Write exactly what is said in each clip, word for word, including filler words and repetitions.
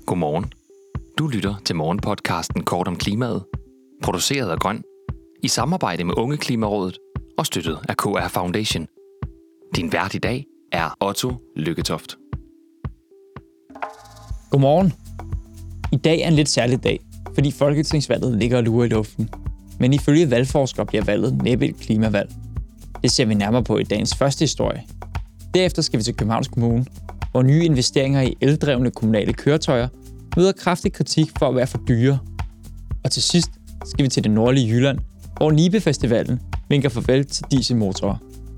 Godmorgen. Du lytter til morgenpodcasten Kort om klimaet, produceret af Grøn, i samarbejde med Unge Klimarådet og støttet af K R Foundation. Din vært i dag er Otto Lykketoft. Godmorgen. I dag er en lidt særlig dag, fordi folketingsvalget ligger og lurer i luften. Men ifølge valgforskere bliver valget næppe et klimavalg. Det ser vi nærmere på i dagens første historie. Derefter skal vi til Københavns Kommune, hvor nye investeringer i eldrevne kommunale køretøjer møder kraftig kritik for at være for dyre. Og til sidst skal vi til det nordlige Jylland, hvor Nibe Festivalen vinker farvel til dieselmotorer.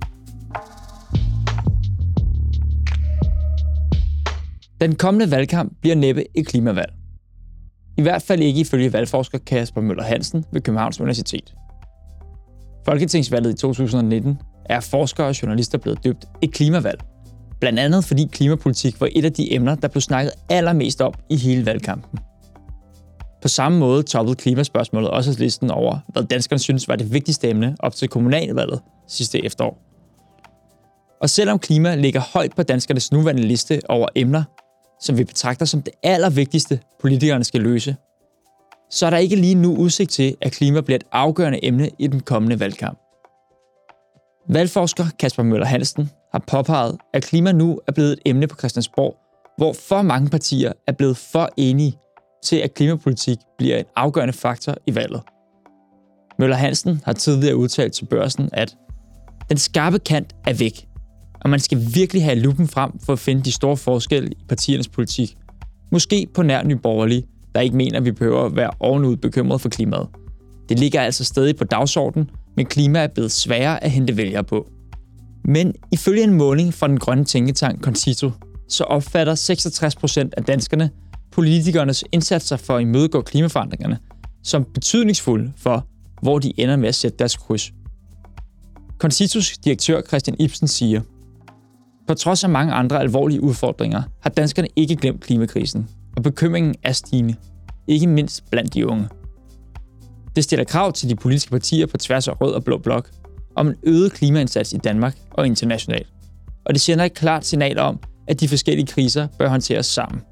Den kommende valgkamp bliver næppe et klimavalg. I hvert fald ikke ifølge valgforsker Kasper Møller Hansen ved Københavns Universitet. Folketingsvalget i to tusind nitten er forskere og journalister blevet døbt et klimavalg. Blandt andet fordi klimapolitik var et af de emner, der blev snakket allermest om i hele valgkampen. På samme måde toppede klimaspørgsmålet også listen over, hvad danskerne synes var det vigtigste emne op til kommunalvalget sidste efterår. Og selvom klima ligger højt på danskernes nuværende liste over emner, som vi betragter som det allervigtigste, politikerne skal løse, så er der ikke lige nu udsigt til, at klima bliver et afgørende emne i den kommende valgkamp. Valgforsker Kasper Møller Hansen har påpeget, at klima nu er blevet et emne på Christiansborg, hvor for mange partier er blevet for enige til, at klimapolitik bliver en afgørende faktor i valget. Møller Hansen har tidligere udtalt til Børsen, at den skarpe kant er væk, og man skal virkelig have lupen frem for at finde de store forskelle i partiernes politik. Måske på nær Nye Borgerlige, der ikke mener, at vi behøver at være ovenud bekymret for klimaet. Det ligger altså stadig på dagsordenen, men klima er blevet sværere at hente vælgere på. Men ifølge en måling fra den grønne tænketank Concito, så opfatter seksogtres procent af danskerne politikernes indsatser for at imødegå klimaforandringerne som betydningsfulde for, hvor de ender med at sætte deres kryds. Concitos direktør Christian Ibsen siger, på trods af mange andre alvorlige udfordringer, har danskerne ikke glemt klimakrisen, og bekymringen er stigende, ikke mindst blandt de unge. Det stiller krav til de politiske partier på tværs af rød og blå blok om en øget klimaindsats i Danmark og internationalt, og det sender et klart signal om, at de forskellige kriser bør håndteres sammen.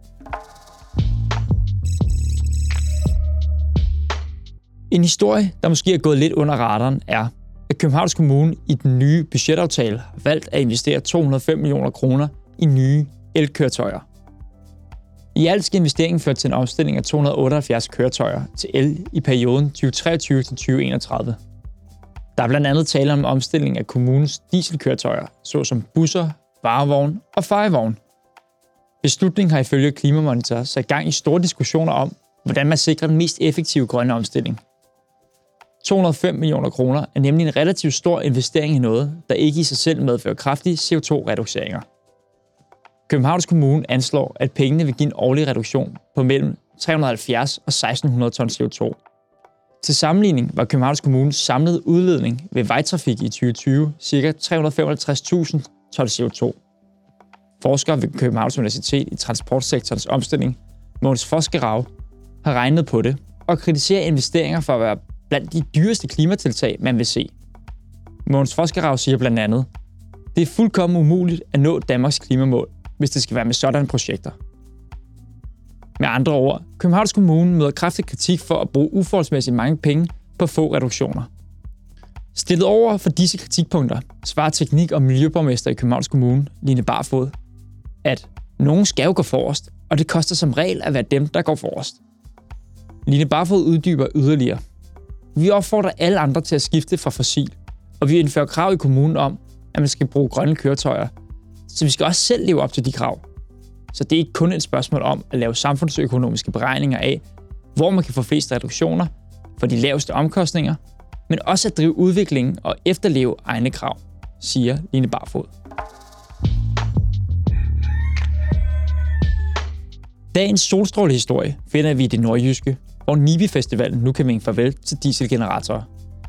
En historie, der måske er gået lidt under radaren, er, at Københavns Kommune i den nye budgetaftale har valgt at investere to hundrede og fem millioner kroner i nye elkøretøjer. I alt skal investeringen føre til en omstilling af to hundrede og otteoghalvfjerds køretøjer til el i perioden tyve treogtyve til tyve enogtredive. Der er blandt andet tale om omstilling af kommunens dieselkøretøjer, såsom busser, varevogne og fejevogne. Beslutningen har ifølge Klimamonitor sat gang i store diskussioner om, hvordan man sikrer den mest effektive grønne omstilling. to hundrede og fem millioner kroner er nemlig en relativt stor investering i noget, der ikke i sig selv medfører kraftige C O to reduceringer. Københavns Kommune anslår, at pengene vil give en årlig reduktion på mellem tre hundrede og halvfjerds og seksten hundrede ton C O to. Til sammenligning var Københavns Kommunes samlede udledning ved vejtrafik i tyve tyve ca. tre hundrede og femoghalvtreds tusind ton C O to. Forskere ved Københavns Universitet i transportsektorens omstilling, Mogens Fosgerau, har regnet på det og kritiserer investeringer for at være blandt de dyreste klimatiltag, man vil se. Mogens Fosgerau siger blandt andet, det er fuldkommen umuligt at nå Danmarks klimamål, hvis det skal være med sådanne projekter. Med andre ord, Københavns Kommune møder kraftig kritik for at bruge uforholdsmæssigt mange penge på få reduktioner. Stillet over for disse kritikpunkter, svarer teknik- og miljøborgmester i Københavns Kommune, Line Barfod, at nogen skal jo gå forrest, og det koster som regel at være dem, der går forrest. Line Barfod uddyber yderligere. Vi opfordrer alle andre til at skifte fra fossil, og vi indfører krav i kommunen om, at man skal bruge grønne køretøjer, så vi skal også selv leve op til de krav. Så det er ikke kun et spørgsmål om at lave samfundsøkonomiske beregninger af, hvor man kan få flest reduktioner for de laveste omkostninger, men også at drive udviklingen og efterleve egne krav, siger Line Barfod. Dagens solstrålehistorie finder vi i det nordjyske, hvor Nibe Festivalen nu kan vinke farvel til dieselgeneratorer.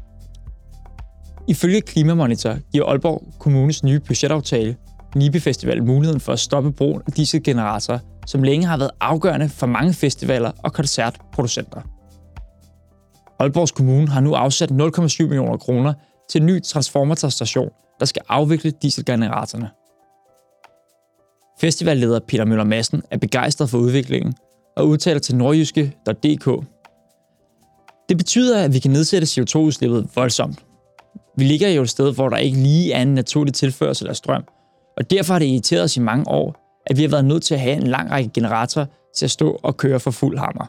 Ifølge Klimamonitor giver Aalborg Kommunes nye budgetaftale Nibe Festival muligheden for at stoppe brugen af dieselgeneratorer, som længe har været afgørende for mange festivaler og koncertproducenter. Aalborgs Kommune har nu afsat nul komma syv millioner kroner til en ny transformatorstation, der skal afvikle dieselgeneratorerne. Festivalleder Peter Møller Madsen er begejstret for udviklingen og udtaler til nordjyske punktum d k. Det betyder, at vi kan nedsætte C O to udslippet voldsomt. Vi ligger jo et sted, hvor der ikke lige er en naturlig tilførsel af strøm, og derfor har det irriteret os i mange år, at vi har været nødt til at have en lang række generatorer til at stå og køre for fuld hammer.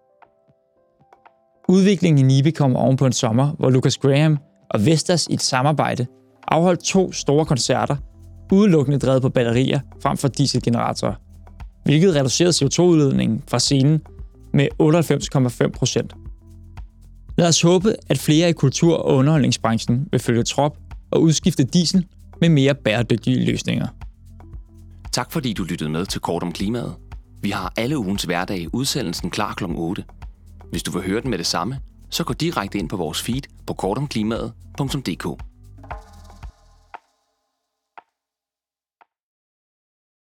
Udviklingen i Nibe kommer oven på en sommer, hvor Lucas Graham og Vestas i et samarbejde afholdt to store koncerter, udelukkende drevet på batterier frem for dieselgeneratorer, hvilket reducerede C O to udledningen fra scenen med otteoghalvfems komma fem procent. Lad os håbe, at flere i kultur- og underholdningsbranchen vil følge trop og udskifte diesel med mere bæredygtige løsninger. Tak fordi du lyttede med til Kort om Klimaet. Vi har alle ugens hverdage udsendelsen klar klokken otte. Hvis du vil høre den med det samme, så gå direkte ind på vores feed på kort om klimaet punktum d k.